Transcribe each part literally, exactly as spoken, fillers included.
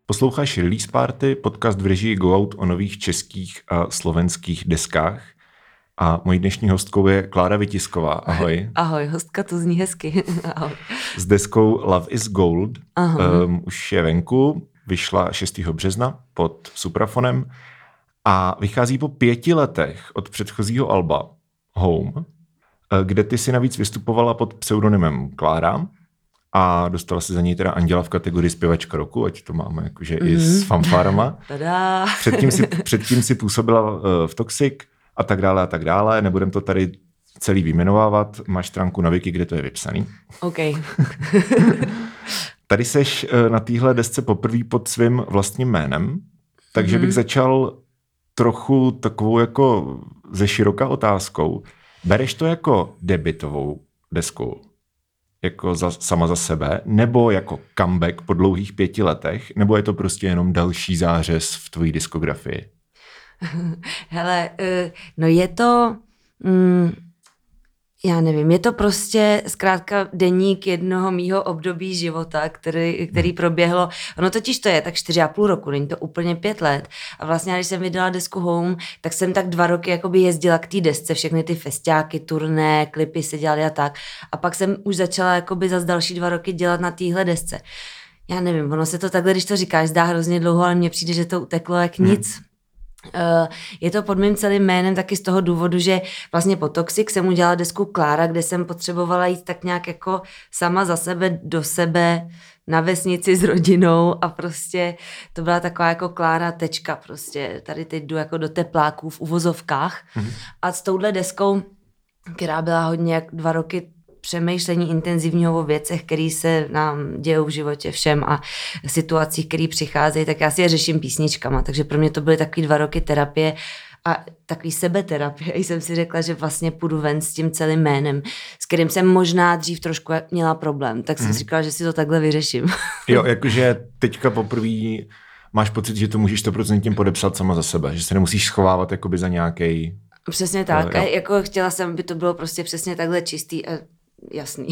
Posloucháš Release Party, podcast v režii Go Out o nových českých a slovenských deskách. A mojí dnešní hostkou je Klára Vytisková. Ahoj. Ahoj, hostka, to zní hezky. Ahoj. S deskou Love is Gold um, už je venku, vyšla šestého března pod Suprafonem a vychází po pěti letech od předchozího alba Home, kde ty si navíc vystupovala pod pseudonymem Klára a dostala si za něj teda Anděla v kategorii zpěvačka roku, ať to máme jakože mm. i s fanfárama. Tada. Předtím si, předtím si působila uh, v Toxic a tak dále a tak dále. Nebudem to tady celý vyjmenovávat. Máš stránku na Wiki, kde to je vypsaný. OK. Tady seš uh, na téhle desce poprvé pod svým vlastním jménem, takže mm. bych začal trochu takovou jako ze široka otázkou. Bereš to jako debutovou desku? Jako za, sama za sebe, nebo jako comeback po dlouhých pěti letech, nebo je to prostě jenom další zářez v tvojí diskografii? Hele, no je to, mm, já nevím, je to prostě zkrátka deník jednoho mýho období života, který, který proběhlo, ono totiž to je tak čtyři a půl roku, není to úplně pět let a vlastně, když jsem vydala desku Home, tak jsem tak dva roky jakoby jezdila k té desce, všechny ty festiáky, turné, klipy se dělaly a tak a pak jsem už začala jakoby zas další dva roky dělat na téhle desce. Já nevím, ono se to takhle, když to říkáš, zdá hrozně dlouho, ale mně přijde, že to uteklo jak nic. Uh, je to pod mým celým jménem taky z toho důvodu, že vlastně po Toxic jsem udělala desku Klára, kde jsem potřebovala jít tak nějak jako sama za sebe do sebe na vesnici s rodinou a prostě to byla taková jako Klára tečka prostě. Tady teď jdu jako do tepláků v uvozovkách mm-hmm. a s touhle deskou, která byla hodně jak dva roky přemýšlení intenzivního o věcech, které se nám dějou v životě všem a situacích, které přicházejí, tak já si je řeším písničkama. Takže pro mě to byly takový dva roky terapie a takový sebeterapie. A jsem si řekla, že vlastně půjdu ven s tím celým jménem, s kterým jsem možná dřív trošku měla problém. Tak jsem mm. si říkala, že si to takhle vyřeším. Jo, jakože teďka poprvé máš pocit, že to můžeš sto procent podepsat sama za sebe, že se nemusíš schovávat jakoby za nějaký. Přesně tak. Uh, a jako chtěla jsem, aby to bylo prostě přesně takhle čistý a jasný.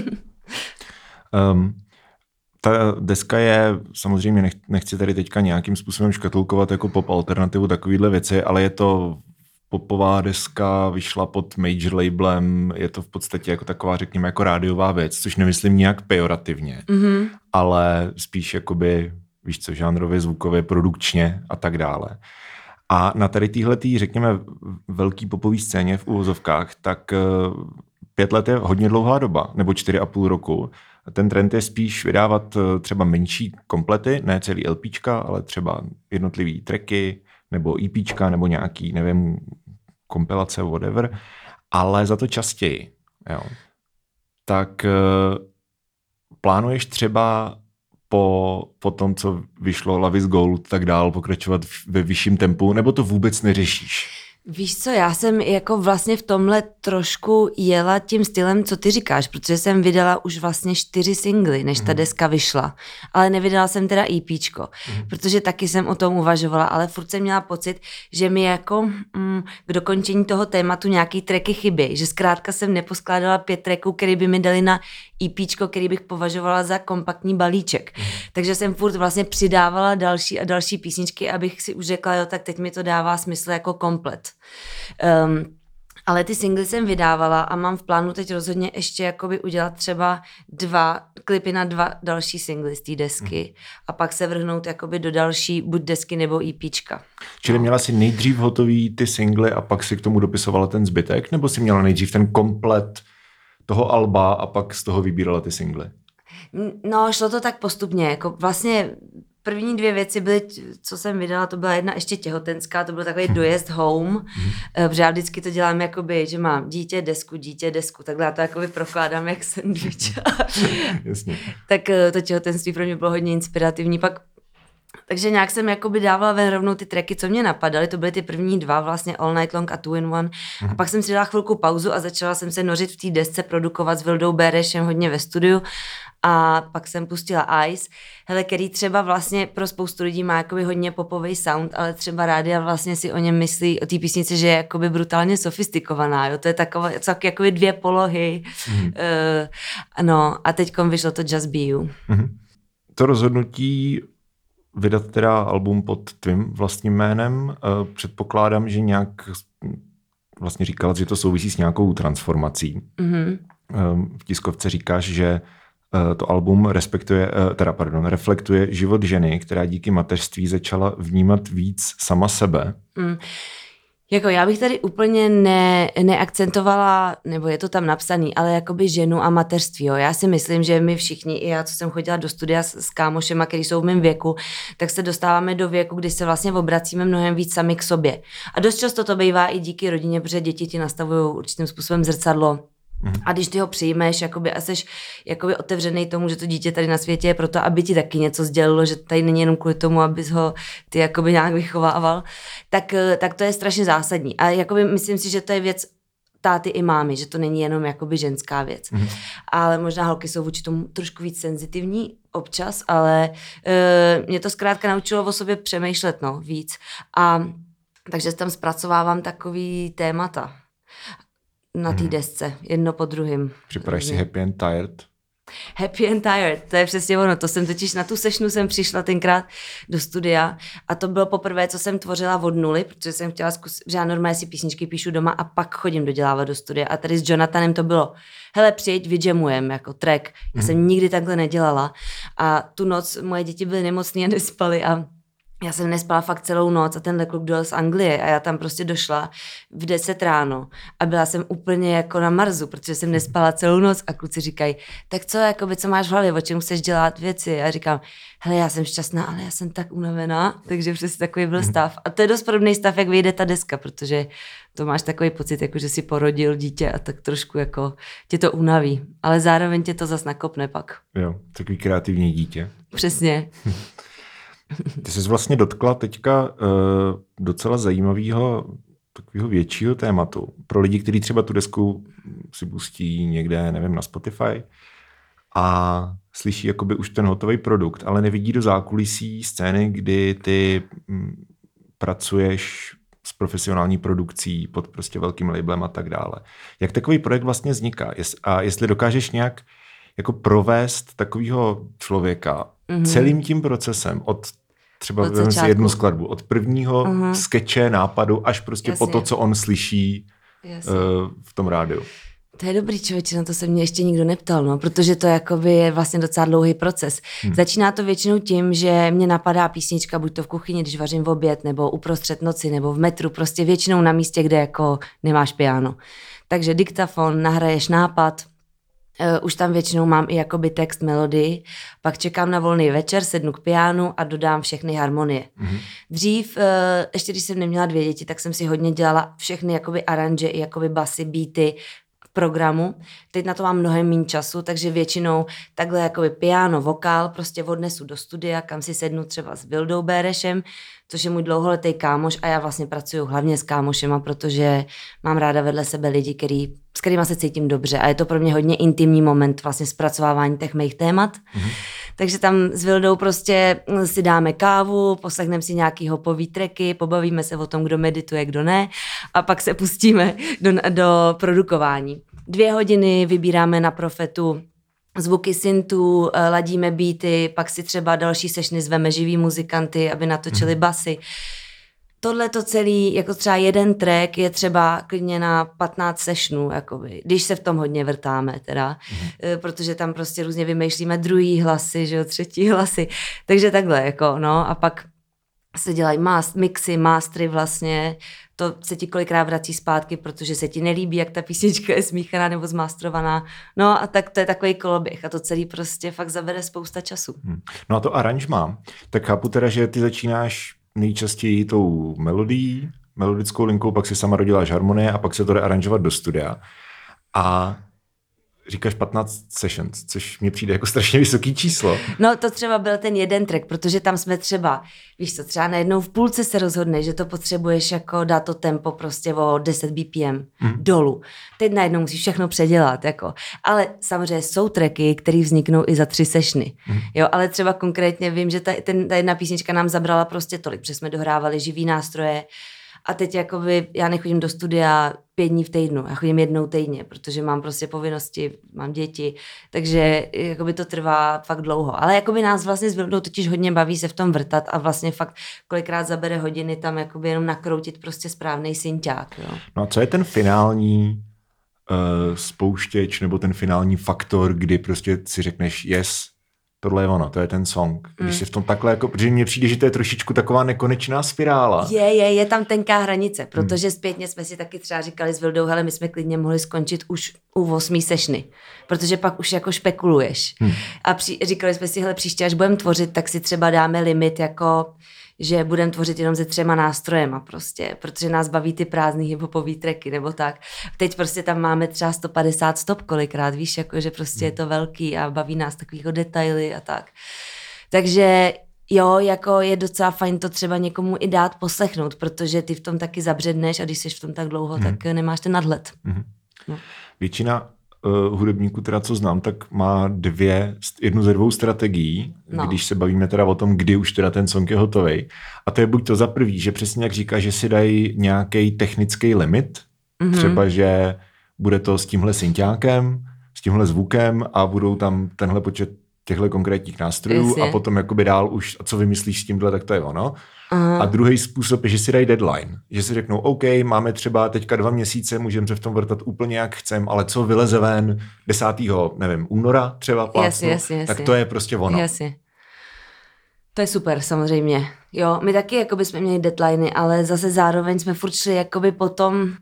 um, ta deska je, samozřejmě nech, nechci tady teďka nějakým způsobem škatulkovat jako pop alternativu, takovýhle věci, ale je to popová deska, vyšla pod major labelem, je to v podstatě jako taková, řekněme, jako rádiová věc, což nemyslím nějak pejorativně, mm-hmm. ale spíš jakoby, víš co, žánrově, zvukově, produkčně a tak dále. A na tady téhletý, řekněme, velký popový scéně v uvozovkách, tak pět let je hodně dlouhá doba, nebo čtyři a půl roku. Ten trend je spíš vydávat třeba menší komplety, ne celý LPčka, ale třeba jednotlivý tracky, nebo EPčka, nebo nějaký, nevím, kompilace, whatever, ale za to častěji. Jo. Tak plánuješ třeba po, po tom, co vyšlo Love is Gold, tak dál pokračovat ve vyšším tempu, nebo to vůbec neřešíš? Víš co, já jsem jako vlastně v tomhle trošku jela tím stylem, co ty říkáš, protože jsem vydala už vlastně čtyři singly, než ta deska vyšla, ale nevydala jsem teda EPčko, mm. protože taky jsem o tom uvažovala, ale furt jsem měla pocit, že mi jako mm, k dokončení toho tématu nějaký tracky chybí, že zkrátka jsem neposkládala pět tracků, který by mi dali na EPčko, který bych považovala za kompaktní balíček. Mm. Takže jsem furt vlastně přidávala další a další písničky, abych si už řekla, jo, tak teď mi to dává smysl jako komplet. Um, ale ty singly jsem vydávala a mám v plánu teď rozhodně ještě jakoby udělat třeba dva klipy na dva další singly z té desky mm. a pak se vrhnout jakoby do další buď desky nebo EPčka. Čili no. Měla si nejdřív hotový ty singly a pak si k tomu dopisovala ten zbytek, nebo si měla nejdřív ten komplet toho alba a pak z toho vybírala ty singly? No, šlo to tak postupně, jako vlastně první dvě věci byly, co jsem vydala, to byla jedna ještě těhotenská, to byl takový dojezd home, protože já vždycky to dělám jakoby, že mám dítě, desku, dítě, desku, takhle já to jakoby prokládám jak sandwich. Jasně. Tak to těhotenství pro mě bylo hodně inspirativní, pak takže nějak jsem jakoby dávala ven rovnou ty tracky, co mě napadaly, to byly ty první dva, vlastně All Night Long a Two in One. A pak jsem si dala chvilku pauzu a začala jsem se nořit v té desce, produkovat s Vildou Bérešem hodně ve studiu a pak jsem pustila Ice, hele, který třeba vlastně pro spoustu lidí má jakoby hodně popový sound, ale třeba rádia vlastně si o něm myslí, o té písnici, že je jakoby brutálně sofistikovaná, jo, to je takové, jakoby dvě polohy, mm. uh, no a teďkom vyšlo to Just Be You. Mm. To rozhodnutí vydat teda album pod tvým vlastním jménem. Předpokládám, že nějak vlastně říkala, že to souvisí s nějakou transformací. Mm-hmm. V tiskovce říkáš, že to album respektuje, teda pardon, reflektuje život ženy, která díky mateřství začala vnímat víc sama sebe. Mm. Jako já bych tady úplně ne, neakcentovala, nebo je to tam napsaný, ale jakoby ženu a mateřství. Jo. Já si myslím, že my všichni, i já, co jsem chodila do studia s, s kámošema, který jsou v mém věku, tak se dostáváme do věku, kdy se vlastně obracíme mnohem víc sami k sobě. A dost často to bývá i díky rodině, protože děti ti nastavují určitým způsobem zrcadlo. A když ty ho přijmeš jakoby, a jsi jakoby otevřený tomu, že to dítě tady na světě je proto, aby ti taky něco sdělilo, že tady není jenom kvůli tomu, abys ho ty jakoby nějak vychovával, tak, tak to je strašně zásadní. A jakoby myslím si, že to je věc táty i mámy, že to není jenom jakoby ženská věc. Mm. Ale možná holky jsou vůči tomu trošku víc senzitivní občas, ale e, mě to zkrátka naučilo o sobě přemýšlet no, víc. A takže tam zpracovávám takový témata na té desce, jedno po druhém. Připadáš si Happy and Tired? Happy and Tired, to je přesně ono. To jsem totiž na tu sešnu jsem přišla tenkrát do studia a to bylo poprvé, co jsem tvořila od nuly, protože jsem chtěla zkusit, že já normálně si písničky píšu doma a pak chodím dodělávat do studia. A tady s Jonathanem to bylo, hele, přijď, vydžemujem, jako track. Já jsem nikdy takhle nedělala a tu noc moje děti byly nemocné a nespaly a já jsem nespala fakt celou noc a tenhle kluk dojel z Anglie a já tam prostě došla v deset ráno a byla jsem úplně jako na Marsu, protože jsem nespala celou noc a kluci říkají, tak co, jakoby, co máš v hlavě, o čem chceš dělat věci? A já říkám, hele, já jsem šťastná, ale já jsem tak unavená, takže přesně takový byl stav. A to je dost podobný stav, jak vyjde ta deska, protože to máš takový pocit, jako že si porodil dítě a tak trošku jako tě to unaví, ale zároveň tě to zas nakopne pak. Jo, takový kreativní dítě. Přesně. Ty jsi vlastně dotkla teďka uh, docela zajímavého, takového většího tématu. Pro lidi, kteří třeba tu desku si pustí někde, nevím, na Spotify a slyší jakoby už ten hotový produkt, ale nevidí do zákulisí scény, kdy ty m, pracuješ s profesionální produkcí pod prostě velkým labelem a tak dále. Jak takový projekt vlastně vzniká? A jestli dokážeš nějak jako provést takového člověka mm-hmm. celým tím procesem od třeba od si jednu skladbu, od prvního uh-huh. skeče, nápadu, až prostě Jasně. po to, co on slyší uh, v tom rádiu. To je dobrý, člověče, na to se mě ještě nikdo neptal, no, protože to jakoby je vlastně docela dlouhý proces. Hmm. Začíná to většinou tím, že mě napadá písnička, buď to v kuchyni, když vařím v oběd, nebo uprostřed noci, nebo v metru, prostě většinou na místě, kde jako nemáš piano. Takže diktafon, nahraješ nápad, Uh, už tam většinou mám i jakoby text, melodii, pak čekám na volný večer, sednu k pianu a dodám všechny harmonie. Mm-hmm. Dřív, uh, ještě když jsem neměla dvě děti, tak jsem si hodně dělala všechny jakoby aranže i jakoby basy, beaty v programu. Teď na to mám mnohem méně času, takže většinou takhle jakoby piano, vokál prostě odnesu do studia, kam si sednu třeba s Vildou Bérešem, což je můj dlouholetý kámoš a já vlastně pracuju hlavně s kámošema, protože mám ráda vedle sebe lidi, který, s kterýma se cítím dobře a je to pro mě hodně intimní moment vlastně zpracovávání těch mých témat. Mm-hmm. Takže tam s Vildou prostě si dáme kávu, poslechneme si nějaký hopový tracky, pobavíme se o tom, kdo medituje, kdo ne a pak se pustíme do, do produkování. Dvě hodiny vybíráme na Profetu zvuky syntů, ladíme beaty, pak si třeba další sešny zveme živý muzikanty, aby natočili basy. Tohle to celý, jako třeba jeden track je třeba klidně na patnáct sešnů, jakoby, když se v tom hodně vrtáme teda, mm. protože tam prostě různě vymýšlíme druhý hlasy, že jo, třetí hlasy, takže takhle, jako, no, a pak se dělají mast, mixy, mastery vlastně, to se ti kolikrát vrací zpátky, protože se ti nelíbí, jak ta písnička je smíchaná nebo zmastrovaná. No a tak to je takový koloběh a to celý prostě fakt zabere spousta času. Hmm. No a to aranžmá. Tak chápu teda, že ty začínáš nejčastěji tou melodií, melodickou linkou, pak si sama doděláš harmonie a pak se to jde aranžovat do studia. A říkáš patnáct sessions, což mi přijde jako strašně vysoký číslo. No to třeba byl ten jeden track, protože tam jsme třeba, víš co, třeba najednou v půlce se rozhodneš, že to potřebuješ jako dát to tempo prostě o deset B P M hmm. dolů. Teď najednou musíš všechno předělat, jako. Ale samozřejmě jsou tracky, které vzniknou i za tři sešny. Hmm. Jo, ale třeba konkrétně vím, že ta, ten, ta jedna písnička nám zabrala prostě tolik, protože jsme dohrávali živý nástroje A teď jakoby já nechodím do studia pět dní v týdnu, já chodím jednou týdně, protože mám prostě povinnosti, mám děti, takže jakoby to trvá fakt dlouho. Ale jakoby nás vlastně s Vildou totiž hodně baví se v tom vrtat a vlastně fakt kolikrát zabere hodiny tam jakoby jenom nakroutit prostě správnej synťák. Jo. No a co je ten finální uh, spouštěč nebo ten finální faktor, kdy prostě si řekneš yes, tohle je ono, to je ten song. Když mm. si v tom takhle, jako, protože mně přijde, že to je trošičku taková nekonečná spirála. Je, je, je tam tenká hranice, protože mm. zpětně jsme si taky třeba říkali s Vildou, hele, my jsme klidně mohli skončit už u osmý sešny, protože pak už jako špekuluješ. Mm. A při, říkali jsme si, hele, příště, až budeme tvořit, tak si třeba dáme limit jako že budeme tvořit jenom se třema nástrojema prostě, protože nás baví ty prázdný hiphopový tracky nebo tak. Teď prostě tam máme třeba sto padesát stop kolikrát, víš, jako že prostě je to velký a baví nás takovýho detaily a tak. Takže jo, jako je docela fajn to třeba někomu i dát poslechnout, protože ty v tom taky zabředneš a když jsi v tom tak dlouho, hmm. tak nemáš ten nadhled. Hmm. No. Většina uh, hudebníků, teda co znám, tak má dvě, jednu ze dvou strategií, no. Když se bavíme teda o tom, kdy už teda ten song je hotovej. A to je buď to za prvý, že přesně jak říká, že si dají nějaký technický limit, mm-hmm. třeba, že bude to s tímhle synťákem, s tímhle zvukem a budou tam tenhle počet těchto konkrétních nástrojů yes, a potom jakoby dál už, a co vymyslíš s tímhle, tak to je ono. Aha. A druhý způsob je, že si dají deadline. Že si řeknou, OK, máme třeba teďka dva měsíce, můžeme se v tom vrtat úplně jak chcem, ale co vyleze ven desátého nevím, února třeba plácnu, yes, yes, yes, tak to je prostě ono. Yes, yes. To je super, samozřejmě. Jo, my taky jakoby jsme měli deadliny, ale zase zároveň jsme furt šli jakoby potom, uh,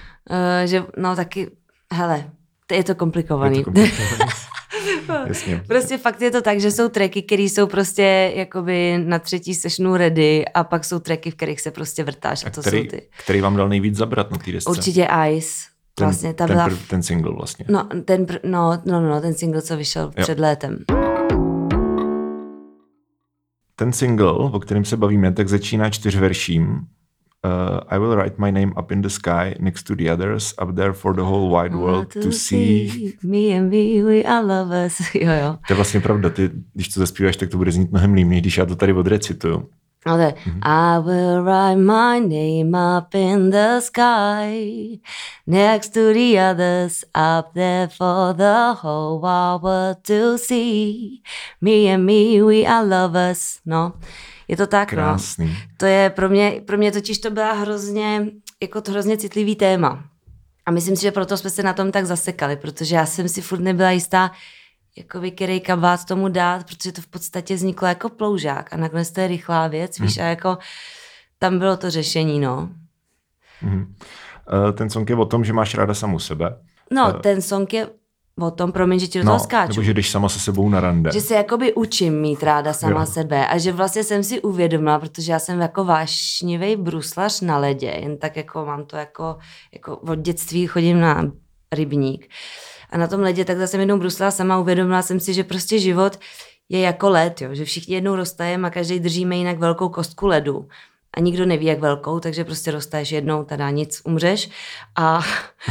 že no taky, hele, to je to komplikovaný. Je to komplikovaný. Jasně. Prostě fakt je to tak, že jsou tracky, které jsou prostě jakoby na třetí sešnu ready a pak jsou tracky, v kterých se prostě vrtáš. A, a to který, jsou ty. Který vám dal nejvíc zabrat na té desce? Určitě Ice. Ten, vlastně ta ten, byla... prv, ten single vlastně. No, ten, pr... no, no, no, ten single, co vyšel jo. před létem. Ten single, o kterém se bavíme, tak začíná čtyřverším. Uh, I will write my name up in the sky next to the others up there for the whole wide world to, to see. see. Me and me, we are lovers. Jo, jo. To je vlastně pravda. Ty, když to zaspíváš, tak to bude znít mnohem líp, než když já to tady odrecituju. No to je mm-hmm. I will write my name up in the sky next to the others up there for the whole wide world to see. Me and me, we are lovers. No. Je to tak, krásný. No. To je pro mě, pro mě totiž to byla hrozně, jako to hrozně citlivý téma. A myslím si, že proto jsme se na tom tak zasekali, protože já jsem si furt nebyla jistá, jakoby který kabát tomu dát, protože to v podstatě vzniklo jako ploužák a nakonec to je rychlá věc, hmm. víš, a jako tam bylo to řešení, no. Hmm. Ten song je o tom, že máš ráda samu sebe. No, uh. ten song je o tom, promiň, že ti do no, toho skáču. Nebo že jdeš sama se sebou na rande. Že se jakoby učím mít ráda sama jo. sebe a že vlastně jsem si uvědomila, protože já jsem jako vášnivý bruslař na ledě, jen tak jako mám to jako, jako od dětství chodím na rybník. A na tom ledě takhle jsem jednou bruslala sama, uvědomila jsem si, že prostě život je jako led, jo, že všichni jednou roztajeme a každý držíme jinak velkou kostku ledu. A nikdo neví, jak velkou, takže prostě roztaješ jednou, teda nic, umřeš. A,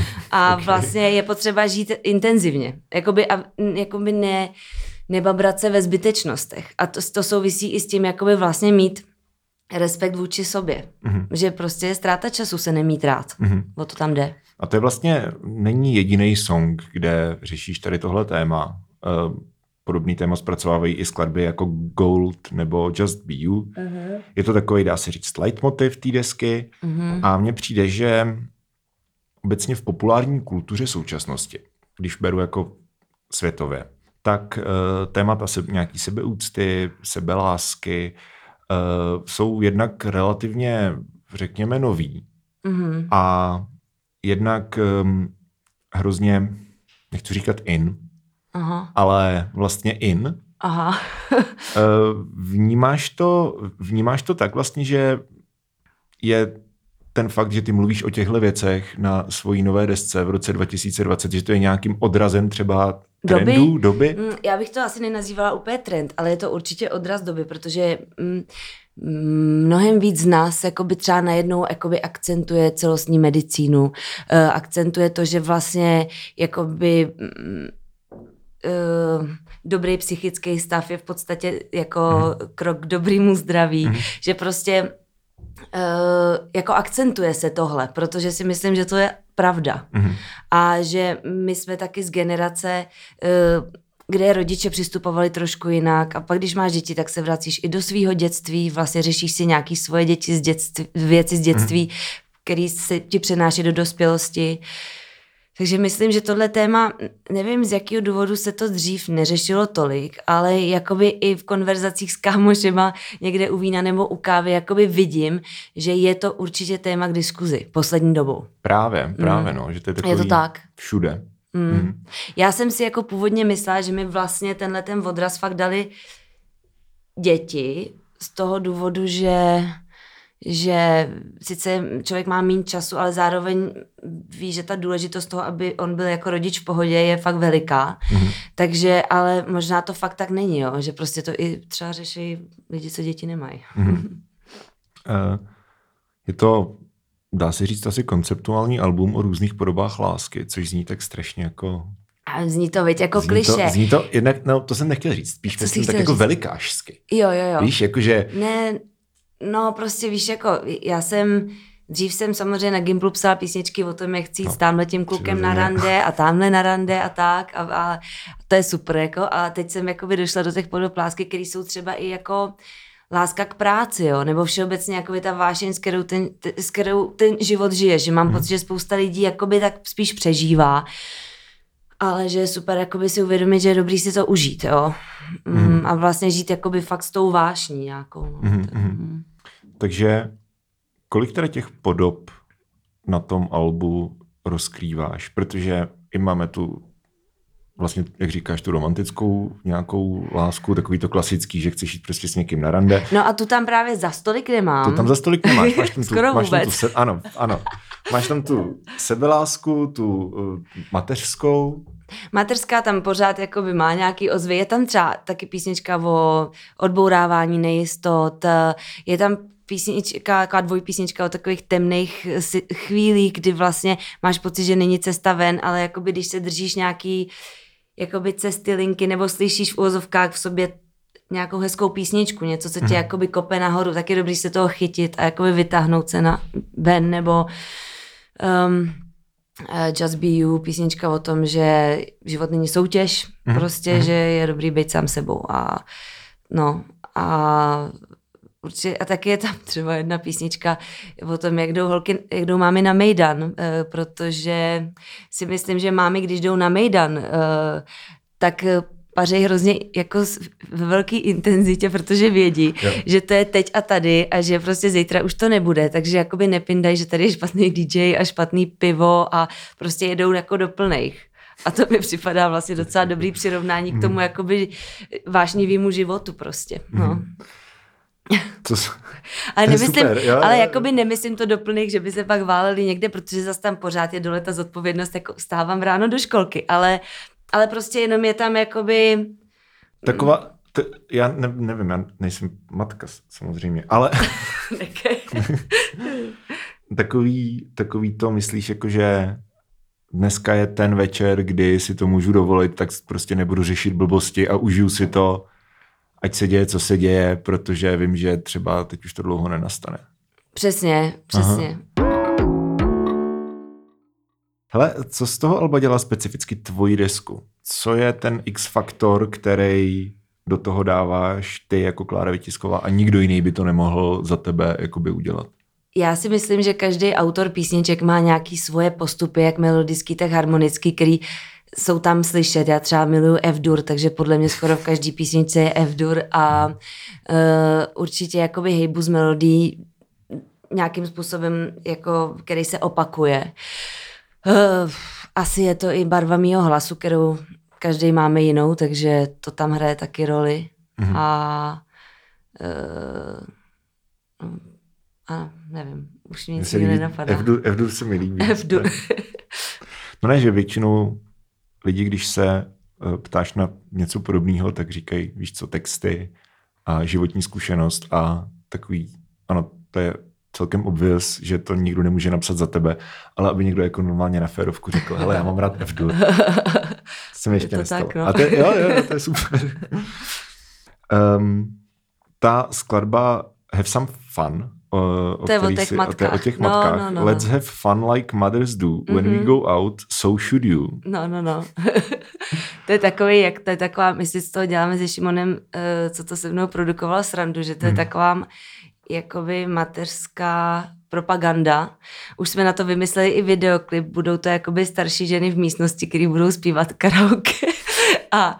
a okay. vlastně je potřeba žít intenzivně. Jakoby, a, jakoby ne, nebabrat se ve zbytečnostech. A to, to souvisí i s tím, jakoby vlastně mít respekt vůči sobě. Mm-hmm. Že prostě je ztráta času se nemít rád. Mm-hmm. O to tam jde. A to je vlastně, není jediný song, kde řešíš tady tohle téma. Uh, Podobný téma zpracovávají i skladby jako Gold nebo Just Be You. Uh-huh. Je to takový, dá se říct, leitmotiv té desky. Uh-huh. A mně přijde, že obecně v populární kultuře současnosti, když beru jako světově, tak uh, témata se, nějaký sebeúcty, sebelásky uh, jsou jednak relativně, řekněme, nový. Uh-huh. A jednak um, hrozně, nechci říkat in, aha. ale vlastně in. Aha. vnímáš to, vnímáš to tak vlastně, že je ten fakt, že ty mluvíš o těchto věcech na svojí nové desce v roce dva tisíce dvacet, že to je nějakým odrazem třeba trendů, doby? doby? Já bych to asi nenazývala úplně trend, ale je to určitě odraz doby, protože mm, mnohem víc z nás jakoby třeba najednou jakoby akcentuje celostní medicínu, uh, akcentuje to, že vlastně jakoby mm, Uh, dobrý psychický stav je v podstatě jako mm. krok k dobrému zdraví, mm. že prostě uh, jako akcentuje se tohle, protože si myslím, že to je pravda. Mm-hmm. A že my jsme taky z generace, uh, kde rodiče přistupovali trošku jinak a pak, když máš děti, tak se vracíš i do svého dětství, vlastně řešíš si nějaký svoje děti z dětství, věci z dětství, mm. který se ti přenáší do dospělosti. Takže myslím, že tohle téma, nevím, z jakého důvodu se to dřív neřešilo tolik, ale jakoby i v konverzacích s kámošema někde u vína nebo u kávy jakoby vidím, že je to určitě téma k diskuzi poslední dobou. Právě, právě, mm. no, že to je takový je to tak. Všude. Mm. Mm. Já jsem si jako původně myslela, že mi vlastně tenhle ten odraz fakt dali děti z toho důvodu, že, že sice člověk má méně času, ale zároveň ví, že ta důležitost toho, aby on byl jako rodič v pohodě, je fakt veliká. Mm. Takže, ale možná to fakt tak není, jo? Že prostě to i třeba řeší lidi, co děti nemají. Mm. uh, je to... Dá se říct asi konceptuální album o různých podobách lásky, což zní tak strašně jako... A zní to, viď, jako zní klišé. To, zní to, jednak, no to jsem nechtěl říct, spíš Co myslím tak jako říct? Velikášsky. Jo, jo, jo. Víš, jakože... Ne, no prostě víš, jako já jsem, dřív jsem samozřejmě na Gimplu psala písničky o tom, jak chci jít no, s támhletím klukem na rande a támhle na rande a tak a, a to je super, jako a teď jsem jakoby došla do těch podob lásky, které jsou třeba i jako... láska k práci, jo, nebo všeobecně jakoby ta vášeň, s kterou ten, t, s kterou ten život žije, že mám mm. pocit, že spousta lidí jakoby tak spíš přežívá, ale že je super jakoby si uvědomit, že je dobrý si to užít, jo, mm. a vlastně žít jakoby fakt s tou vášní nějakou. No. Mm. Mm. Takže kolik teda těch podob na tom albu rozkrýváš, protože i máme tu vlastně, jak říkáš, tu romantickou nějakou lásku, takový to klasický, že chceš jít prostě s někým na rande. No a tu tam právě za stolik nemám. Tu tam za stolik nemáš. Máš tam tu, Skoro máš vůbec. Tam tu se, ano, ano. Máš tam tu sebelásku, tu uh, mateřskou. Mateřská tam pořád jakoby má nějaký ozvy. Je tam třeba taky písnička o odbourávání nejistot. Je tam písnička, taková dvojpísnička o takových temných chvílích, kdy vlastně máš pocit, že není cesta ven, ale jakoby když se držíš nějaký jakoby cesty, linky, nebo slyšíš v úvozovkách v sobě nějakou hezkou písničku, něco, co tě mm. jakoby kope nahoru, tak je dobrý se toho chytit a jakoby vytáhnout se na ven, nebo um, uh, Just Be You, písnička o tom, že život není soutěž, mm. prostě, mm. že je dobrý být sám sebou a no a určitě, a taky je tam třeba jedna písnička o tom, jak jdou holky, jak jdou mámy na mejdan, eh, protože si myslím, že mámy, když jdou na mejdan, eh, tak pařejí hrozně jako ve velké intenzitě, protože vědí, jo. že to je teď a tady a že prostě zítra už to nebude, takže jakoby nepindají, že tady je špatný dý džej a špatný pivo a prostě jedou jako do plnejch. A to mi připadá vlastně docela dobrý přirovnání k tomu mm. jakoby vášnivýmu životu prostě, no. Mm. To, ale to nemyslím, super, jo, ale jo. jakoby nemyslím to doplněk, že by se pak váleli někde, protože zase tam pořád je dole ta zodpovědnost, jako stávám ráno do školky, ale, ale prostě jenom je tam jakoby... Taková, t, já ne, nevím, já nejsem matka samozřejmě, ale takový, takový to myslíš jako, že dneska je ten večer, kdy si to můžu dovolit, tak prostě nebudu řešit blbosti a užiju si to, ať se děje, co se děje, protože vím, že třeba teď už to dlouho nenastane. Přesně, přesně. Aha. Hele, co z toho alba dělá specificky tvoji desku? Co je ten X-faktor, který do toho dáváš ty jako Klára Vytisková a nikdo jiný by to nemohl za tebe jakoby udělat? Já si myslím, že každý autor písniček má nějaký svoje postupy, jak melodický, tak harmonický, který jsou tam slyšet. Já třeba miluju F-dur, takže podle mě skoro v každý písničce je F-dur a uh, určitě jakoby hejbu z melodií nějakým způsobem, jako, který se opakuje. Uh, asi je to i barva mýho hlasu, kterou každý máme jinou, takže to tam hraje taky roli. Mm-hmm. A, uh, a nevím, už mě nic nenapadá. F-dur, F-dur se mi líbí. F-dur. No ne, že většinou lidi, když se uh, ptáš na něco podobného, tak říkají, víš co, texty a životní zkušenost a takový, ano, to je celkem obvious, že to nikdo nemůže napsat za tebe, ale aby někdo jako normálně na férovku řekl, hele, já mám rád F-dur. To se mi ještě nestalo. Tak, no. A to je, jo, jo, to je super. um, ta skladba Have Some Fun O, o to je o těch si, matkách. O, o těch no, matkách. No, no, Let's no. have fun like mothers do. When mm-hmm. we go out, so should you. No, no, no. To je takový, jak to je taková, my si z toho děláme se Šimonem, uh, co to se mnou produkoval srandu, že to je mm. taková jakoby mateřská propaganda. Už jsme na to vymysleli i videoklip, budou to jakoby starší ženy v místnosti, které budou zpívat karaoke. A,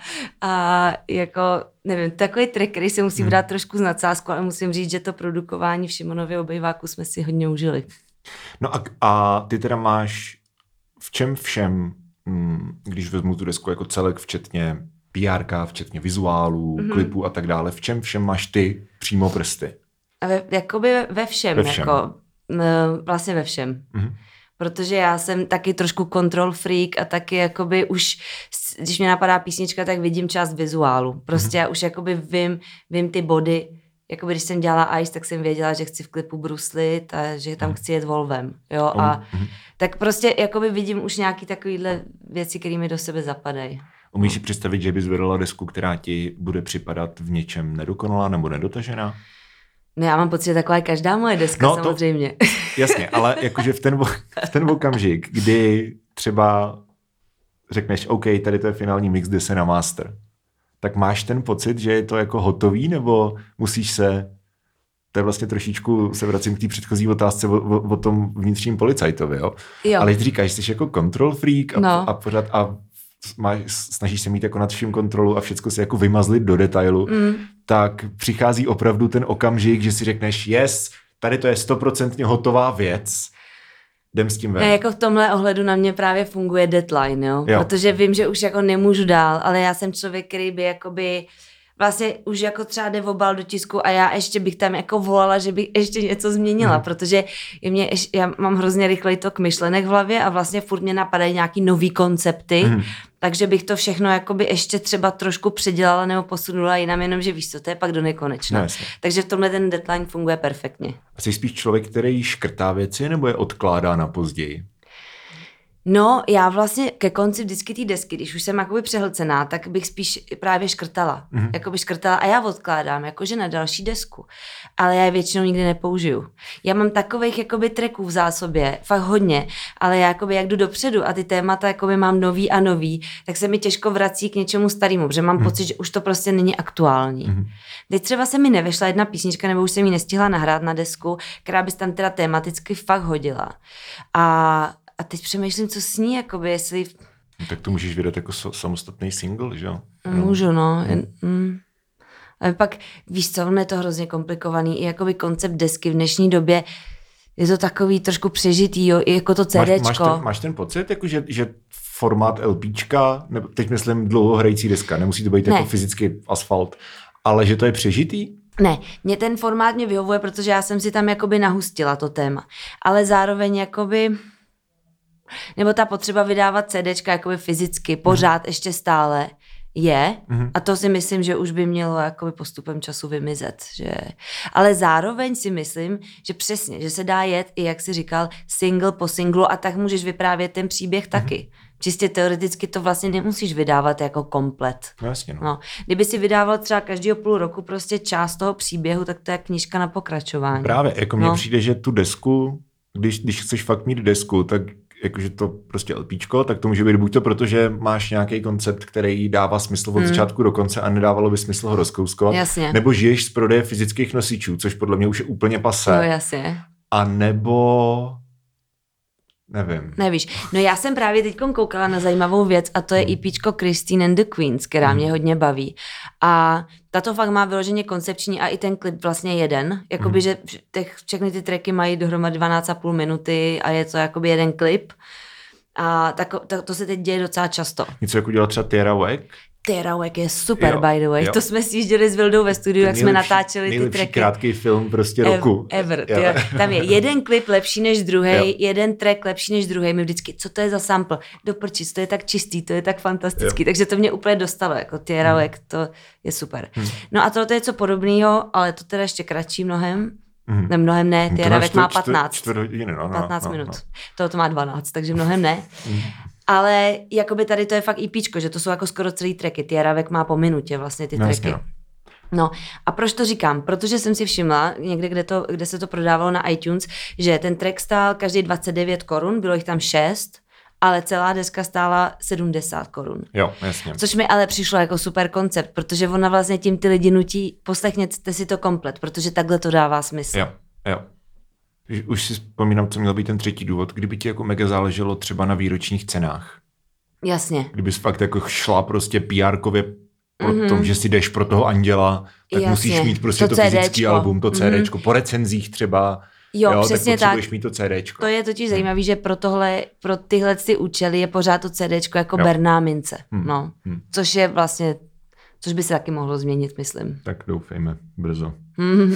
a jako, nevím, takový track, který se musí brát trošku z nadsázku, ale musím říct, že to produkování v Šimonově obejváku jsme si hodně užili. No a, a ty teda máš v čem všem, když vezmu tu desku jako celek, včetně P R ka, včetně vizuálů, mm-hmm. klipů a tak dále, v čem všem máš ty přímo prsty? A ve, jakoby ve všem, ve všem. Jako, vlastně ve všem. Mm-hmm. Protože já jsem taky trošku control freak a taky jakoby už, když mě napadá písnička, tak vidím část vizuálu. Prostě mm-hmm. já už jakoby vím, vím ty body. Jakoby když jsem dělala Ice, tak jsem věděla, že chci v klipu bruslit a že tam chci jet Volvem. Jo? A mm-hmm. tak prostě jakoby vidím už nějaký takovýhle věci, které mi do sebe zapadají. Umíš si představit, že bys vydala desku, která ti bude připadat v něčem nedokonalá nebo nedotažená? No já mám pocit, že taková je každá moje deska, no, samozřejmě. To, jasně, ale jakože v ten, v ten okamžik, kdy třeba řekneš, OK, tady to je finální mix, jde se na master, tak máš ten pocit, že je to jako hotový, nebo musíš se, to je vlastně trošičku, se vracím k té předchozí otázce o, o, o tom vnitřním policajtovi, jo? jo. Ale říkáš, jsi jako control freak a, no. a pořád a máš, snažíš se mít jako nad vším kontrolu a všecko se jako vymazlit do detailu, mm. tak přichází opravdu ten okamžik, že si řekneš, yes, tady to je stoprocentně hotová věc, jdem s tím ven. Ne, jako v tomhle ohledu na mě právě funguje deadline, jo? jo. Protože vím, že už jako nemůžu dál, ale já jsem člověk, který by jakoby vlastně už jako třeba jde obal do tisku a já ještě bych tam jako volala, že bych ještě něco změnila, mm. protože je mě, já mám hrozně rychlej tok myšlenek v hlavě a vlastně furt mě napadají nějaký nový koncepty, mm. takže bych to všechno jakoby ještě třeba trošku předělala nebo posunula jinam, jenom že víš co, to je pak do nekonečna. No, takže v tomhle ten deadline funguje perfektně. A jsi spíš člověk, který škrtá věci nebo je odkládá na později? No, já vlastně ke konci vždycky té desky, když už jsem jakoby přehlcená, tak bych spíš právě škrtala. Mm-hmm. Jakoby škrtala a já odkládám, jakože na další desku. Ale já je většinou nikdy nepoužiju. Já mám takových jakoby tracků v zásobě, fakt hodně, ale já jakoby jak jdu dopředu a ty témata jakoby mám nový a nový, tak se mi těžko vrací k něčemu starému, protože mám mm-hmm. pocit, že už to prostě není aktuální. Mm-hmm. Teď třeba se mi nevešla jedna písnička, nebo už jsem ji nestihla nahrát na desku, která by tam teda tematicky fakt hodila. A A teď přemýšlím, co s ní, jakoby, jestli... No, tak to můžeš vydat jako samostatný single, že jo? Můžu, no. Hmm. Mm. Ale pak, víš co, je to hrozně komplikovaný. I jakoby koncept desky v dnešní době je to takový trošku přežitý, jo, i jako to CDčko. Máš, máš, ten, máš ten pocit, jako že, že formát LPčka, nebo teď myslím dlouhohrající deska, nemusí to být ne. jako fyzický asfalt, ale že to je přežitý? Ne, mě ten formát mě vyhovuje, protože já jsem si tam jakoby nahustila to téma. Ale zároveň jakoby... Nebo ta potřeba vydávat CDčka jakoby fyzicky, pořád mm. ještě stále je. Mm. A to si myslím, že už by mělo jakoby postupem času vymizet. Že... Ale zároveň si myslím, že přesně, že se dá jet i, jak jsi říkal, single po singlu a tak můžeš vyprávět ten příběh mm. taky. Čistě teoreticky to vlastně nemusíš vydávat jako komplet. Jasně, no. No. Kdyby si vydával třeba každého půl roku prostě část toho příběhu, tak to je knížka na pokračování. Právě, jako mně no. přijde, že tu desku, když, když chceš fakt mít desku, tak jakože to prostě LPčko, tak to může být buď to proto, že máš nějaký koncept, který dává smysl od hmm. začátku do konce a nedávalo by smysl ho rozkouskovat. Jasně. Nebo žiješ z prodeje fyzických nosičů, což podle mě už je úplně pasé. No jasně. A nebo... Nevím. Nevíš. No já jsem právě teď koukala na zajímavou věc a to je EPčko Christine and the Queens, která hmm. mě hodně baví. A tato fakt má vyloženě koncepční a i ten klip vlastně jeden. Jakoby, hmm. že těch, všechny ty tracky mají dohromady dvanáct a půl minuty a je to jakoby jeden klip. A tak, to, to se teď děje docela často. Něco jako dělal třeba Tierra Whack? Tierra Whack je super, jo, by the way. Jo. To jsme si jížděli s Vildou ve studiu, jak jsme natáčeli ty tracky. Nejlepší krátký film prostě roku. Ever. ever Tam je jeden klip lepší než druhý, jeden track lepší než druhý. My vždycky, co to je za sample? Do prčic, to je tak čistý, to je tak fantastický. Jo. Takže to mě úplně dostalo, jako Tierra Whack, hmm. to je super. Hmm. No a tohle je co podobného, ale to teda ještě kratší mnohem. Mm. Ne, mnohem ne, Tierra Whack má patnáct. Čtvrt hodiny, no, no, patnáct no, minut. No. Tohle to má dvanáct, takže mnohem ne. Mm. Ale jakoby tady to je fakt EPčko, že to jsou jako skoro celý tracky. Tierra Whack má po minutě vlastně ty no, tracky. No. No a proč to říkám? Protože jsem si všimla, někde, kde, to, kde se to prodávalo na iTunes, že ten track stál každý dvacet devět korun, bylo jich tam šest, ale celá deska stála sedmdesát korun. Jo, jasně. Což mi ale přišlo jako super koncept, protože ona vlastně tím ty lidi nutí, poslechněte si to komplet, protože takhle to dává smysl. Jo, jo. Už si vzpomínám, co měl být ten třetí důvod, kdyby ti jako mega záleželo třeba na výročních cenách. Jasně. Kdybys fakt jako šla prostě pé érkově pro mm-hmm. tom, že si jdeš pro toho anděla, tak Jasně. musíš mít prostě to, to fyzický album, to CDčko, mm-hmm. po recenzích třeba. Jo, jo, přesně tak potřebuješ tak. mít to CDčko. To je totiž hmm. zajímavé, že pro tohle, pro tyhle ty účely je pořád to CDčko jako jo. berná mince. Hmm. No. Hmm. Což je vlastně, což by se taky mohlo změnit, myslím. Tak doufejme, brzo. Hmm.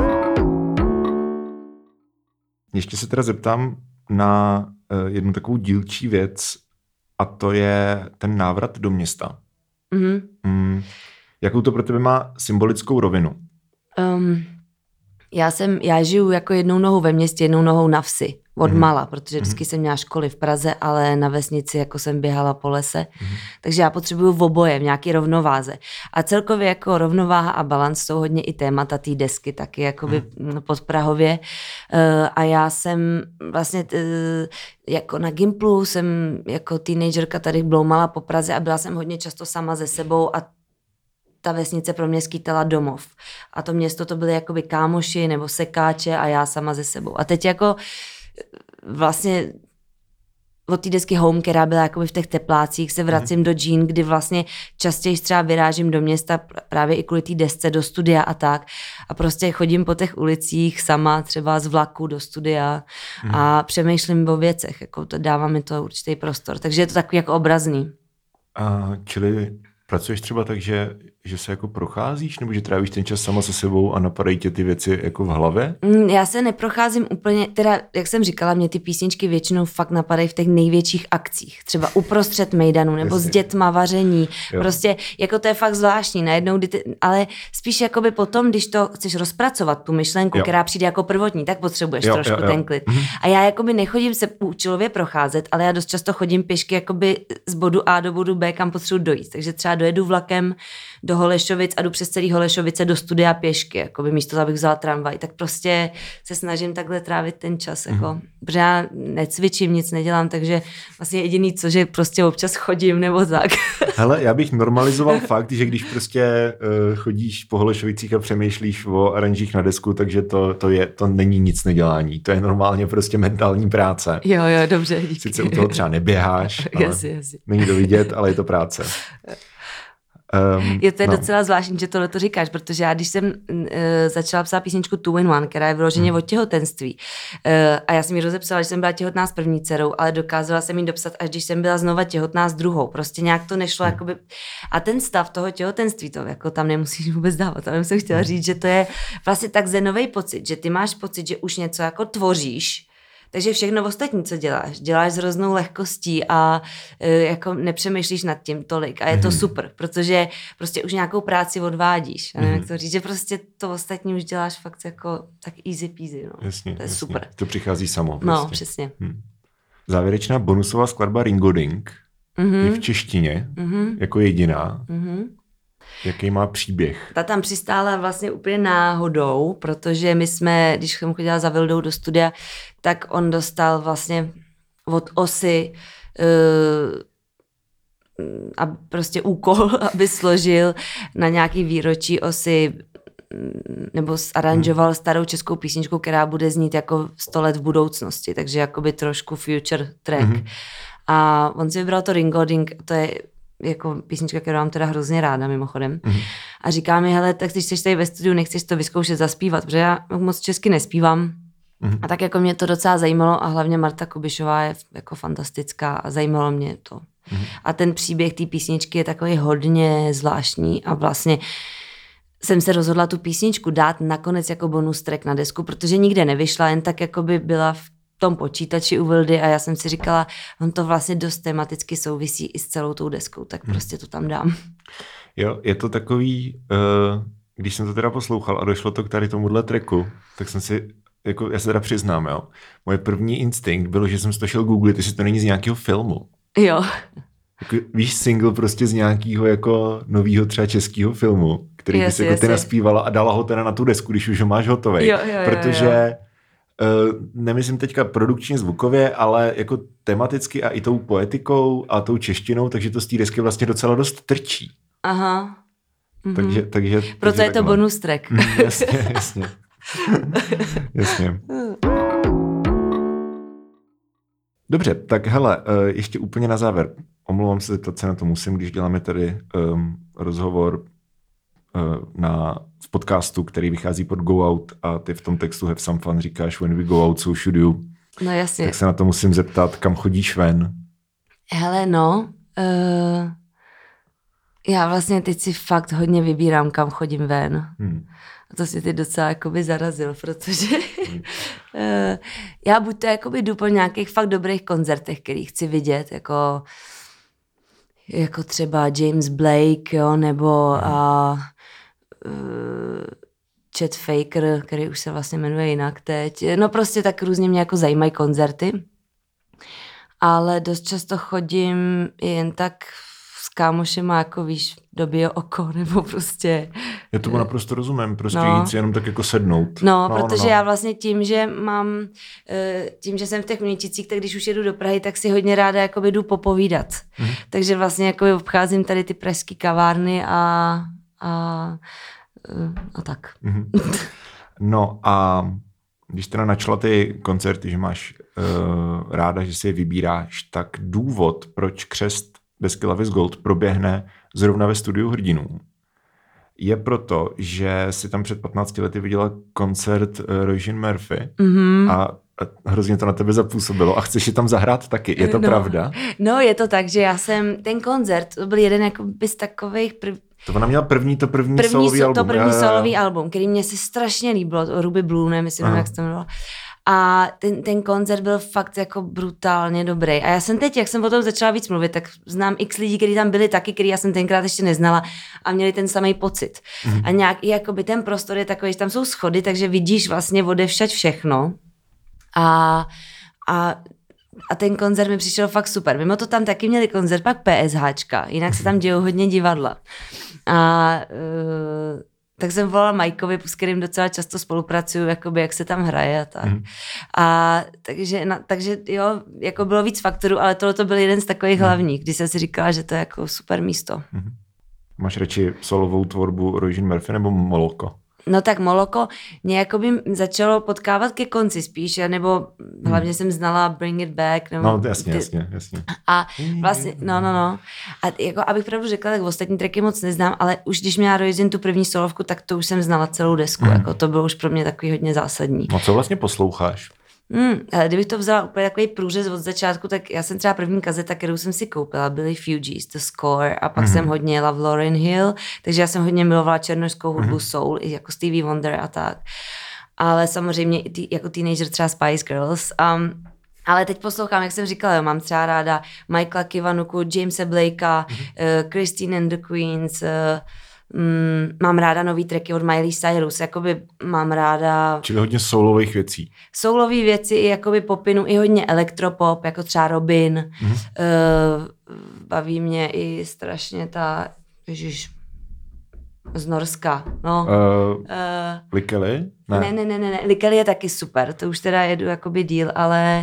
Ještě se teda zeptám na uh, jednu takovou dílčí věc, a to je ten návrat do města. Mm-hmm. Mm, jakou to pro tebe má symbolickou rovinu? Um, já jsem, já žiju jako jednou nohou ve městě, jednou nohou na vsi. Od mm-hmm. mala, protože vždycky mm-hmm. jsem měla školy v Praze, ale na vesnici jako jsem běhala po lese. Mm-hmm. Takže já potřebuju v oboje, v nějaký rovnováze. A celkově jako rovnováha a balans jsou hodně i témata té desky, taky jakoby mm-hmm. podprahově. Uh, a já jsem vlastně uh, jako na Gimplu jsem jako teenagerka tady bloumala po Praze a byla jsem hodně často sama ze sebou a ta vesnice pro mě skýtala domov. A to město to byly jakoby kámoši nebo sekáče a já sama ze sebou. A teď jako vlastně od té desky Home, která byla jakoby v těch teplácích, se vracím mm. do Jean, kdy vlastně častěji třeba vyrážím do města právě i kvůli té desce do studia a tak. A prostě chodím po těch ulicích sama třeba z vlaku do studia mm. a přemýšlím o věcech. Jako to dává mi to určitý prostor. Takže je to takový jako obrazný. A čili pracuješ třeba tak, že, že se jako procházíš, nebo že trávíš ten čas sama se sebou a napadají tě ty věci jako v hlavě? Já se neprocházím úplně, teda jak jsem říkala, mě ty písničky většinou fakt napadají v těch největších akcích. Třeba uprostřed mejdanu, nebo Jasně. s dětma vaření. Jo. Prostě jako to je fakt zvláštní. Najednou, ty, ale spíš jakoby potom, když to chceš rozpracovat, tu myšlenku, jo. která přijde jako prvotní, tak potřebuješ jo, trošku jo, jo. ten klid. Mhm. A já jakoby nechodím se účelově procházet, ale já dost často chodím pěšky jakoby z bodu A do bodu B, kam potřebuji dojít. Takže třeba dojedu vlakem do Holešovic a jdu přes celý Holešovice do studia pěšky, jakoby místo toho, abych vzala tramvaj. Tak prostě se snažím takhle trávit ten čas, jako, mm. protože já necvičím, nic nedělám, takže vlastně jediný co, že prostě občas chodím nebo tak. Hele, já bych normalizoval fakt, že když prostě uh, chodíš po Holešovicích a přemýšlíš o aranžích na desku, takže to, to, je, to není nic nedělání. To je normálně prostě mentální práce. Jo, jo, dobře, díky. Sice u toho třeba neběháš, ale jasně, jasně. Není to vidět, ale je to práce. Um, je to je no. docela zvláštní, že tohle to říkáš, protože já když jsem uh, začala psát písničku Two in One, která je vyloženě hmm. o těhotenství uh, a já jsem ji rozepsala, že jsem byla těhotná s první dcerou, ale dokázala jsem ji dopsat, až když jsem byla znova těhotná s druhou. Prostě nějak to nešlo. Hmm. Jakoby... A ten stav toho těhotenství, to jako tam nemusíš vůbec dávat. Ale jsem chtěla říct, že to je vlastně tak zenovej pocit, že ty máš pocit, že už něco jako tvoříš. Takže všechno ostatní, co děláš, děláš s hroznou lehkostí a e, jako nepřemýšlíš nad tím tolik. A je to mm. super, protože prostě už nějakou práci odvádíš. A nevím, jak to říct, že prostě to ostatní už děláš fakt jako tak easy peasy. No. Jasně, to je jasně. super. To přichází samo. No, prostě. přesně. Hmm. Závěrečná bonusová skladba Ringoding mm-hmm. je v češtině mm-hmm. jako jediná. Mm-hmm. Jaký má příběh? Ta tam přistála vlastně úplně náhodou, protože my jsme, když jsem chodila za Vildou do studia, tak on dostal vlastně od Osy uh, a prostě úkol, aby složil na nějaký výročí Osy nebo aranžoval hmm. starou českou písničku, která bude znít jako sto let v budoucnosti, takže jakoby trošku future track. Hmm. A on si vybral to Ringoding, to je jako písnička, kterou mám teda hrozně ráda mimochodem. Mm-hmm. A říká mi, hele, tak když jsi tady ve studiu, nechceš to vyzkoušet zaspívat, protože já moc česky nespívám. Mm-hmm. A tak jako mě to docela zajímalo a hlavně Marta Kubišová je jako fantastická a zajímalo mě to. Mm-hmm. A ten příběh té písničky je takový hodně zvláštní a vlastně jsem se rozhodla tu písničku dát nakonec jako bonus track na desku, protože nikde nevyšla, jen tak jako by byla v tom počítači u Vildy a já jsem si říkala, on to vlastně dost tematicky souvisí i s celou tou deskou, tak hmm. prostě to tam dám. Jo, je to takový, uh, když jsem to teda poslouchal a došlo to k tady tomuhle tracku, tak jsem si, jako já se teda přiznám, jo, moje první instinkt bylo, že jsem si to šel googlit, jestli to není z nějakého filmu. Jo. Jako, víš, single prostě z nějakého jako novýho třeba českého filmu, který yes, bys jako yes, ty naspívala a dala ho teda na tu desku, když už ho máš hotovej. Jo, jo, protože jo, jo. Uh, nemyslím teďka produkčně zvukově, ale jako tematicky a i tou poetikou a tou češtinou, takže to z té desky vlastně docela dost trčí. Aha. Mm-hmm. Takže, takže, Proto takže je to takhle. Bonus track. Mm, jasně, jasně. jasně. Dobře, tak hele, uh, ještě úplně na závěr. Omlouvám se, zeptat se na to musím, když děláme tady um, rozhovor na, v podcastu, který vychází pod Go Out a ty v tom textu Have Some Fun říkáš When we go out, so should you. No jasně. Tak se na to musím zeptat, kam chodíš ven? Hele, no, uh, já vlastně teď si fakt hodně vybírám, kam chodím ven. Hmm. A to si ty docela jakoby zarazil, protože hmm. uh, já buď to jakoby jdu po nějakých fakt dobrých koncertech, který chci vidět, jako jako třeba James Blake, jo, nebo hmm. a uh, Chet Faker, který už se vlastně jmenuje jinak teď. No prostě tak různě mě jako zajímají koncerty. Ale dost často chodím jen tak s kámošema, jako víš, době oko, nebo prostě... Já tomu naprosto rozumím, prostě no. jít si jenom tak jako sednout. No, no protože no, no. já vlastně tím, že mám, tím, že jsem v těch Měticích, tak když už jedu do Prahy, tak si hodně ráda jakoby jdu popovídat. Mm-hmm. Takže vlastně jakoby obcházím tady ty pražský kavárny a, a, a tak. Mm-hmm. No a když teda načala ty koncerty, že máš uh, ráda, že si je vybíráš, tak důvod, proč křest desky Love is Gold proběhne zrovna ve studiu Hrdinů, je proto, že si tam před patnácti lety viděla koncert Roisin Murphy mm-hmm. a hrozně to na tebe zapůsobilo a chceš je tam zahrát taky. Je to no, pravda? No, je to tak, že já jsem, ten koncert, to byl jeden jakoby z takových prv... To ona měla první, to první, první solový so, album. To první solový album, který mě se strašně líbilo, Ruby Blue, nevím, jestli nevím, jak se to jmenovalo. A ten, ten koncert byl fakt jako brutálně dobrý. A já jsem teď, jak jsem o tom začala víc mluvit, tak znám x lidí, kteří tam byli taky, který já jsem tenkrát ještě neznala a měli ten samý pocit. Mm. A nějak, jakoby ten prostor je takový, že tam jsou schody, takže vidíš vlastně odevšať všechno. A, a, a ten koncert mi přišel fakt super. Mimo to tam taky měli koncert pak PSHčka, jinak se tam dějou hodně divadla. A... Uh, tak jsem volala Majkovi, s kterým docela často spolupracuju, jakoby, jak se tam hraje a tak. Mm. A takže, na, takže jo, jako bylo víc faktorů, ale tohle to byl jeden z takových mm. hlavních, když jsem si říkala, že to je jako super místo. Mm. Máš radši solovou tvorbu Roisin Murphy nebo Moloko? No tak Moloko mě jakoby začalo potkávat ke konci spíš, nebo hlavně hmm. jsem znala Bring It Back. Nebo no jasně, ty... jasně, jasně. A vlastně, no, no, no. A jako, abych pravdu řekla, tak ostatní tracky moc neznám, ale už když měla Roisin tu první solovku, tak to už jsem znala celou desku. Hmm. Jako, to bylo už pro mě takový hodně zásadní. No co vlastně posloucháš? Hmm, kdybych to vzala úplně takový průřez od začátku, tak já jsem třeba první kazeta, kterou jsem si koupila, byly Fugees, The Score a pak mm-hmm. jsem hodně jela v Lauryn Hill, takže já jsem hodně milovala černošskou hudbu, mm-hmm. soul, i jako Stevie Wonder a tak. Ale samozřejmě i tý, jako teenager třeba Spice Girls. Um, ale teď poslouchám, jak jsem říkala, jo, mám třeba ráda Michaela Kiwanuku, Jamesa Blakea, mm-hmm. uh, Christine and the Queens, uh, Mm, mám ráda nový tracky od Miley Cyrus, jakoby mám ráda... Čili hodně soulových věcí. Soulový věci, i jakoby popinu, i hodně elektropop, jako třeba Robin. Mm-hmm. Uh, baví mě i strašně ta, ježiš, z Norska, no. Uh, uh, Likely? Ne. ne, ne, ne, ne, Likely je taky super, to už teda jedu jakoby díl, ale...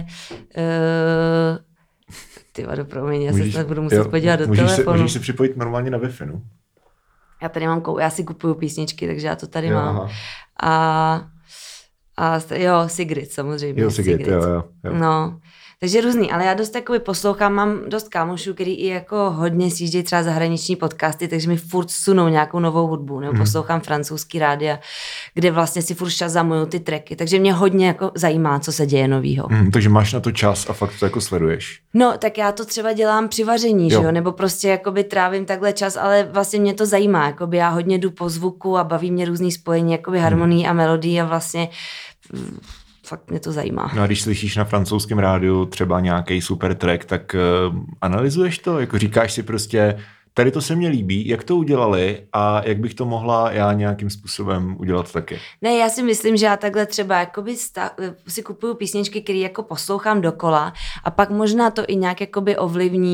Uh, ty vado, promiň, já můžeš, se budu muset jo, podívat do můžeš telefonu. Se, můžeš si připojit normálně na Wi-Fi, no? Já tady mám, já si kupuju písničky, takže já to tady jo, mám. A, a jo, Sigrid samozřejmě. Jo, Sigrid, Sigrid. Jo, jo, jo. No, takže různý, ale já dost takový poslouchám, mám dost kámošů, který i jako hodně sjíždějí třeba zahraniční podcasty, takže mi furt sunou nějakou novou hudbu, nebo mm. poslouchám francouzský rádia, kde vlastně si furt šazamuju ty tracky, takže mě hodně jako zajímá, co se děje novýho. Mm, takže máš na to čas a fakt to jako sleduješ. No, tak já to třeba dělám při vaření, jo. Že jo, nebo prostě jakoby trávím takhle čas, ale vlastně mě to zajímá, jakoby já hodně jdu po zvuku a baví mě různý spojení, jakoby harmonii mm. a melodii a vlastně fakt mě to zajímá. No a když slyšíš na francouzském rádiu třeba nějaký super track, tak uh, analyzuješ to? Jako říkáš si prostě, tady to se mně líbí, jak to udělali a jak bych to mohla já nějakým způsobem udělat taky? Ne, já si myslím, že já takhle třeba jakoby sta- si kupuju písničky, které jako poslouchám dokola a pak možná to i nějak jakoby ovlivní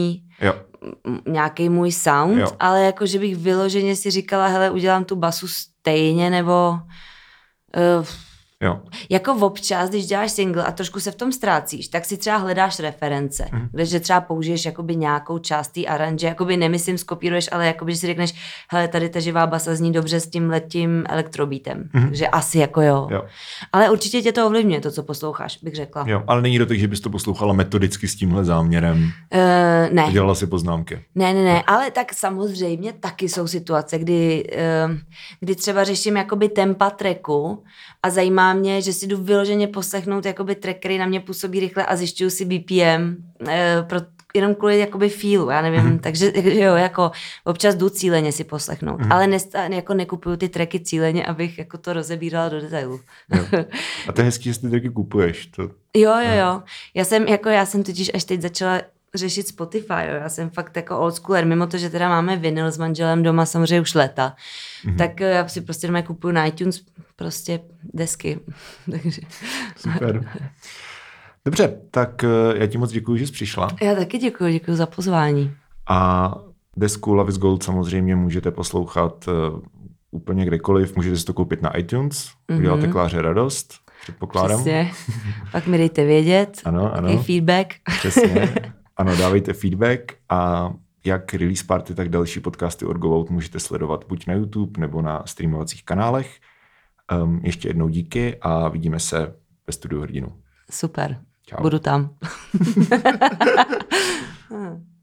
Jo. nějaký můj sound, Jo. ale jako, že bych vyloženě si říkala, hele, udělám tu basu stejně, nebo... Uh, Jo. Jako občas, když děláš single a trošku se v tom ztrácíš, tak si třeba hledáš reference, mm. kde třeba použiješ jakoby nějakou část té aranže, jakoby nemyslím skopíruješ, ale jakoby, že si řekneš, hele, tady ta živá basa zní dobře s tím letím elektrobítem, mm. takže asi jako jo. jo. Ale určitě tě to ovlivňuje, to, co posloucháš, bych řekla. Jo, ale není to tak, že bys to poslouchala metodicky s tímhle záměrem. Uh, ne. Dělala si poznámky. Ne, ne, ne, ale tak samozřejmě taky jsou situace, kdy, uh, kdy třeba řeším jakoby tempa tracku a zajímá mě, že si jdu vyloženě poslechnout jakoby track, který na mě působí rychle a zjišťuju si B P M uh, pro, jenom kvůli jakoby feelu, já nevím, mm. takže jo, jako občas jdu cíleně si poslechnout, mm. ale nesta, jako nekupuju ty tracky cíleně, abych jako to rozebírala do detailu. A to je hezký, že ty tracky kupuješ. To... Jo, jo, jo. Já jsem, jako já jsem totiž až teď začala řešit Spotify, jo. Já jsem fakt jako old schooler, mimo to, že teda máme vinyl s manželem doma samozřejmě už léta, mm-hmm. tak já si prostě doma kupuju na iTunes prostě desky. Takže... Super. Dobře, tak já ti moc děkuji, že jsi přišla. Já taky děkuji, děkuji za pozvání. A desku Love is Gold samozřejmě můžete poslouchat uh, úplně kdekoliv, můžete si to koupit na iTunes, mm-hmm. uděláte Kláře radost, předpokládám. Přesně, pak mi dejte vědět, ano, ano. jaký feedback. Přesně, ano, dávejte feedback a jak Release Party, tak další podcasty od Go Out můžete sledovat buď na YouTube nebo na streamovacích kanálech. Um, ještě jednou díky a vidíme se ve studiu Hrdinu. Super, Čau. budu tam.